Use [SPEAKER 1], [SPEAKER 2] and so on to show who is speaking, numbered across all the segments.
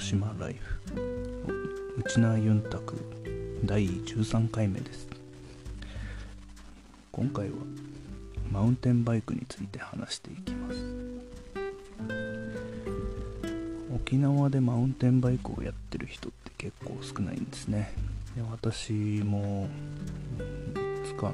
[SPEAKER 1] 島ライフ内縄ユンタク第13回目です。今回はマウンテンバイクについて話していきます。沖縄でマウンテンバイクをやってる人って結構少ないんですね。で、私もいつかな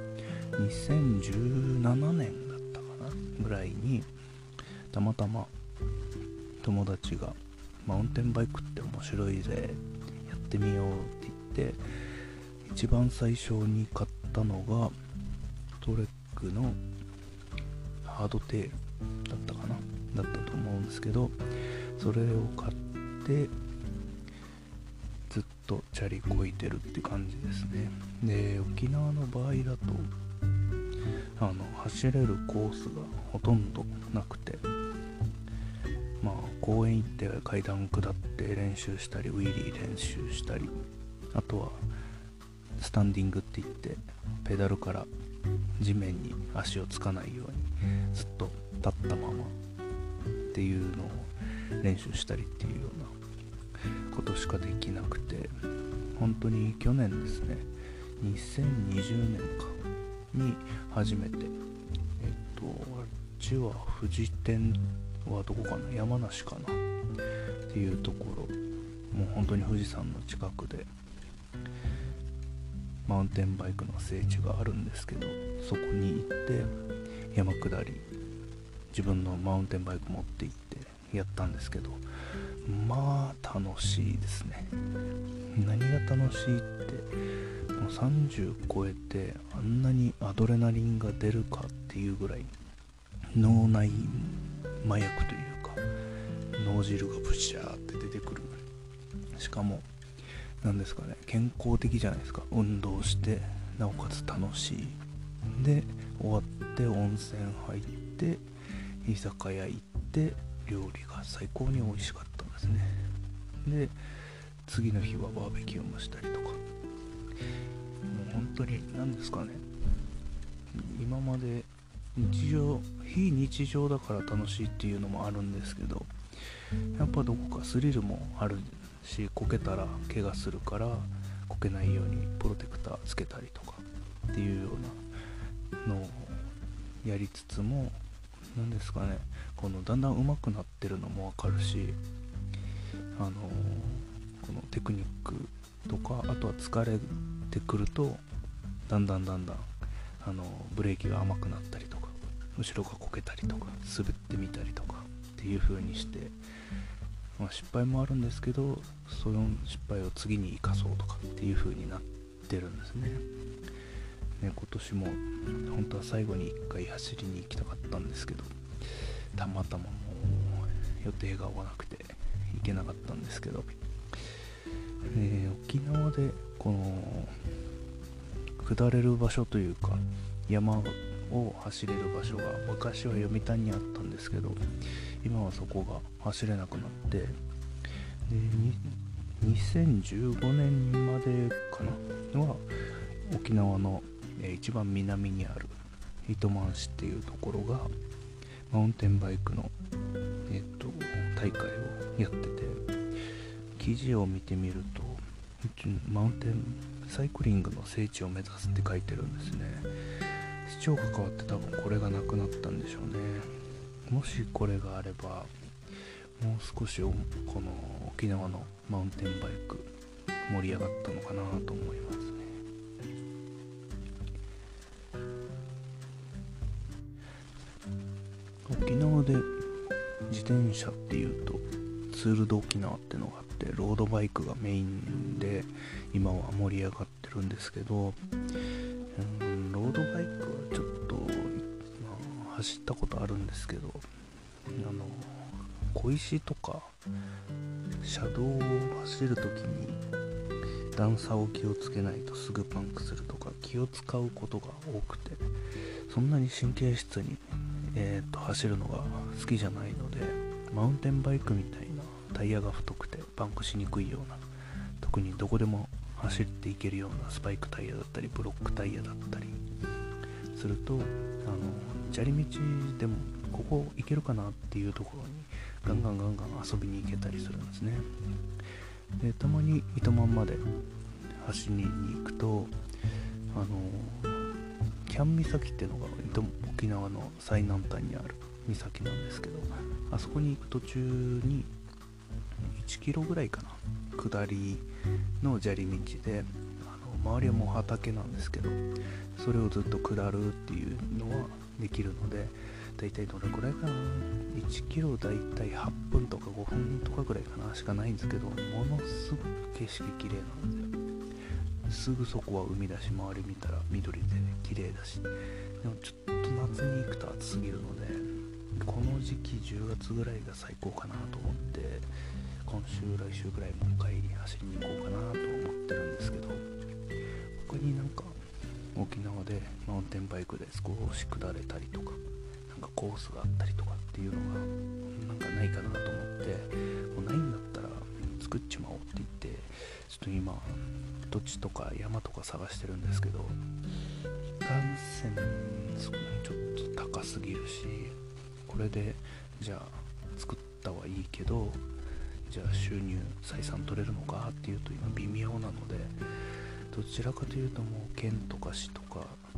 [SPEAKER 1] 2017年だったかなぐらいにたまたま友達がマウンテンバイクって面白いぜ、やってみようって言って、一番最初に買ったのがトレックのハードテールだったかなだったと思うんですけど、それを買ってずっとチャリこいてるって感じですね。で、沖縄の場合だと走れるコースがほとんどなくて、公園行って階段下って練習したり、ウィリー練習したり、あとはスタンディングって言ってペダルから地面に足をつかないようにずっと立ったままっていうのを練習したりっていうようなことしかできなくて、本当に去年ですね、2020年かに初めてあっちは富士店はどこかな、山梨かなっていうところ、もう本当に富士山の近くでマウンテンバイクの聖地があるんですけど、そこに行って山下り自分のマウンテンバイク持って行ってやったんですけど、楽しいですね。何が楽しいって、もう30超えてあんなにアドレナリンが出るかっていうぐらい脳内麻薬というか脳汁がブシャーって出てくる。しかもなんですかね、健康的じゃないですか。運動してなおかつ楽しいで、終わって温泉入って居酒屋行って料理が最高に美味しかったんですね。で、次の日はバーベキューもしたりとか、もう本当に何ですかね、今まで非日常だから楽しいっていうのもあるんですけど、やっぱどこかスリルもあるし、こけたら怪我するからこけないようにプロテクターつけたりとかっていうようなのをやりつつも、なんですかね、このだんだん上手くなってるのもわかるし、このテクニックとか、あとは疲れてくるとだんだんブレーキが甘くなったりとか、後ろがこけたりとか滑ってみたりとかっていう風にして、失敗もあるんですけど、その失敗を次に生かそうとかっていう風になってるんですね。今年も本当は最後に1回走りに行きたかったんですけど、たまたまもう予定が合わなくて行けなかったんですけど、沖縄でこの下れる場所というか山を走れる場所が昔は読谷にあったんですけど、今はそこが走れなくなって、で2015年までかなは沖縄の一番南にある糸満市っていうところがマウンテンバイクの、大会をやってて、記事を見てみるとマウンテンサイクリングの聖地を目指すって書いてるんですね。市長が変わって多分これがなくなったんでしょうね。もしこれがあればもう少しこの沖縄のマウンテンバイク盛り上がったのかなと思いますね。沖縄で自転車っていうとツールド沖縄ってのがあって、ロードバイクがメインで今は盛り上がってるんですけど、ロードバイクはちょっと、走ったことあるんですけど、小石とか車道を走るときに段差を気をつけないとすぐパンクするとか気を使うことが多くて、そんなに神経質に、走るのが好きじゃないので、マウンテンバイクみたいなタイヤが太くてパンクしにくいような、特にどこでも走っていけるようなスパイクタイヤだったりブロックタイヤだったりすると、砂利道でもここ行けるかなっていうところにガンガン遊びに行けたりするんですね。でたまに糸満まで走りに行くと喜屋武岬っていうのが沖縄の最南端にある岬なんですけど、あそこに行く途中に1キロぐらいかな、下りの砂利道で周りはもう畑なんですけど、それをずっと下るっていうのはできるので、だいたいどれくらいかな、1キロだいたい8分とか5分とかぐらいかなしかないんですけど、ものすごく景色綺麗なんですよ。すぐそこは海だし、周り見たら緑で綺麗だし、でもちょっと夏に行くと暑すぎるので、この時期10月ぐらいが最高かなと思って、今週来週ぐらいもう一回走りに行こうかなと思ってるんですけど、他になんか沖縄でマウンテンバイクで少し下れたりとか、なんかコースがあったりとかっていうのがなんかないかなと思って、もうないんだったら作っちまおうって言って、ちょっと今土地とか山とか探してるんですけど、いかんせんちょっと高すぎるし、これでじゃあ作ったはいいけど、じゃあ収入採算取れるのかっていうと今微妙なので、どちらかというともう県とか市とか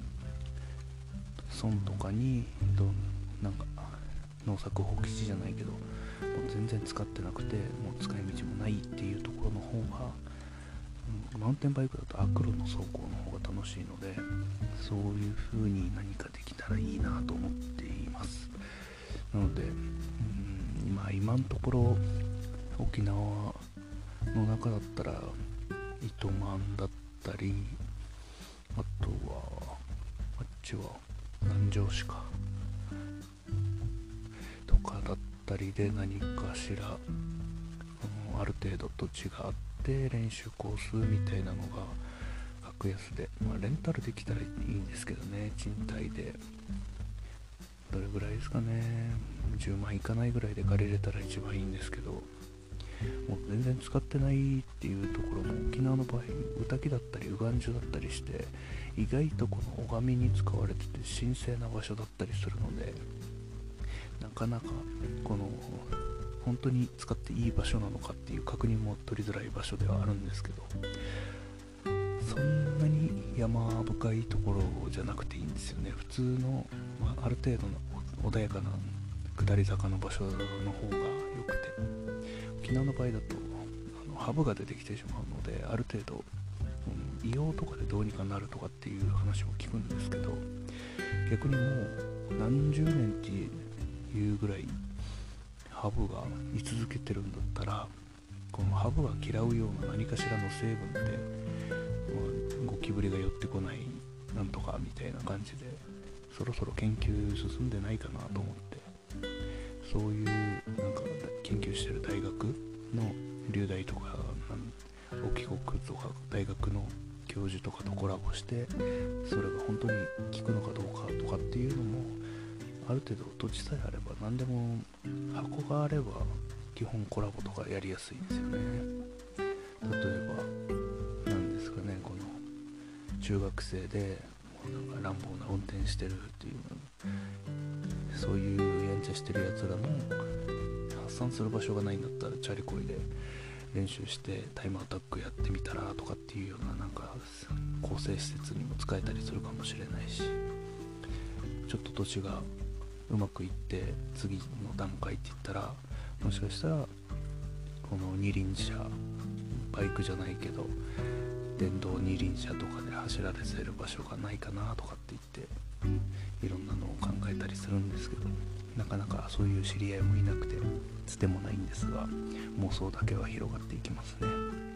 [SPEAKER 1] 村とかになんか農作放棄地じゃないけど、もう全然使ってなくて、もう使い道もないっていうところの方が、マウンテンバイクだとアクロの走行の方が楽しいので、そういう風に何かできたらいいなと思っています。なので、今のところ沖縄の中だったら糸満だったり、あとはあっちは南城市かとかだったりで、何かしらある程度土地があって練習コースみたいなのが格安で、レンタルできたらいいんですけどね、賃貸でどれぐらいですかね、10万いかないぐらいで借りれたら一番いいんですけど、もう全然使ってないっていうところも沖縄の場合、ウタキだったりウガンジュだったりして、意外とこの拝みに使われてて神聖な場所だったりするので、なかなかこの本当に使っていい場所なのかっていう確認も取りづらい場所ではあるんですけど、そんなに山深いところじゃなくていいんですよね。普通の、ある程度の穏やかな下り坂の場所の方が良くて、沖縄の場合だとハブが出てきてしまうので、ある程度、硫黄とかでどうにかなるとかっていう話も聞くんですけど、逆にもう何十年っていうぐらいハブが居続けてるんだったら、このハブが嫌うような何かしらの成分で、ゴキブリが寄ってこないなんとかみたいな感じで、そろそろ研究進んでないかなと思って、そういうなんか研究してる大学の流大とか沖国とか大学の教授とかとコラボして、それが本当に効くのかどうかとかっていうのも、ある程度土地さえあれば、何でも箱があれば基本コラボとかやりやすいんですよね。例えばなんですかね、この中学生でなんか乱暴な運転してるっていう、そういうやんちゃしてるやつらの発散する場所がないんだったら、チャリこいで練習してタイムアタックやってみたらとかっていうような、なんか構成施設にも使えたりするかもしれないし、ちょっと土地がうまくいって次の段階って言ったら、もしかしたらこの二輪車、バイクじゃないけど電動二輪車とかで走らせる場所がないかなとかって言っていろんなのを考えたりするんですけど、なかなかそういう知り合いもいなくてつてもないんですが、妄想だけは広がっていきますね。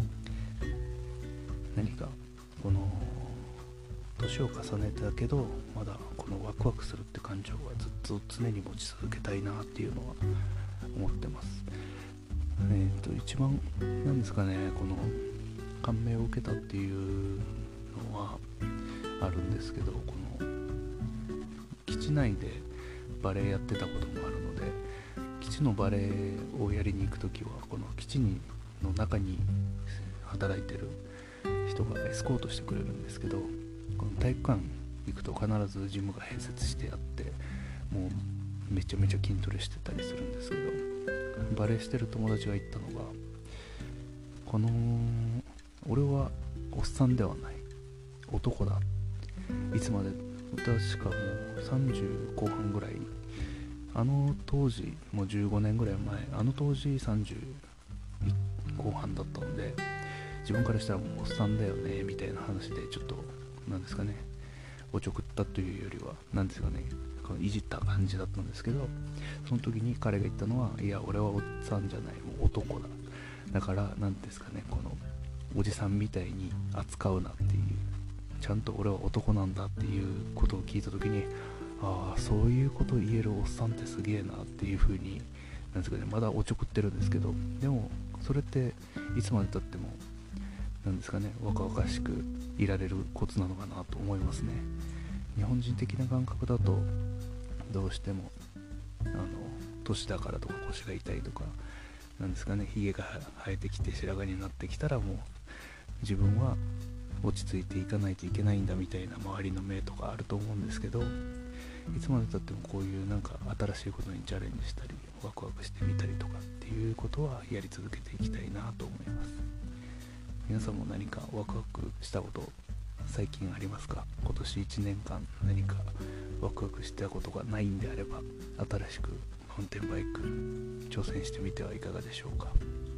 [SPEAKER 1] 何かこの年を重ねたけどまだこのワクワクするって感情はずっと常に持ち続けたいなっていうのは思ってます。一番なんですかね、この感銘を受けたっていうのはあるんですけど、この基地内でバレエやってたこともあるので、基地のバレエをやりに行くときはこの基地の中に働いてる人がエスコートしてくれるんですけど、この体育館行くと必ずジムが併設してあって、もうめちゃめちゃ筋トレしてたりするんですけど、バレーしてる友達が言ったのが、俺はおっさんではない男だ、いつまで、確かもう30後半ぐらい、あの当時もう15年ぐらい前、あの当時30後半だったので、自分からしたらもうおっさんだよねみたいな話で、ちょっとなんですかね、おちょくったというよりはなんですかね、いじった感じだったんですけど、その時に彼が言ったのは、いや俺はおっさんじゃない、もう男だ、だからなんですかね、このおじさんみたいに扱うなっていう、ちゃんと俺は男なんだっていうことを聞いた時に、ああそういうことを言えるおっさんってすげえなっていう風に、なんですかね、まだおちょくってるんですけど、でもそれっていつまでたってもなんですかね、若々しくいられるコツなのかなと思いますね。日本人的な感覚だとどうしても年だからとか腰が痛いとか、なんですかね、ひげが生えてきて白髪になってきたらもう自分は落ち着いていかないといけないんだみたいな周りの目とかあると思うんですけど、いつまでたってもこういうなんか新しいことにチャレンジしたりワクワクしてみたりとかっていうことはやり続けていきたいなと思います。皆さんも何かワクワクしたこと最近ありますか？今年1年間何かワクワクしたことがないんであれば、新しくマウンテンバイク挑戦してみてはいかがでしょうか。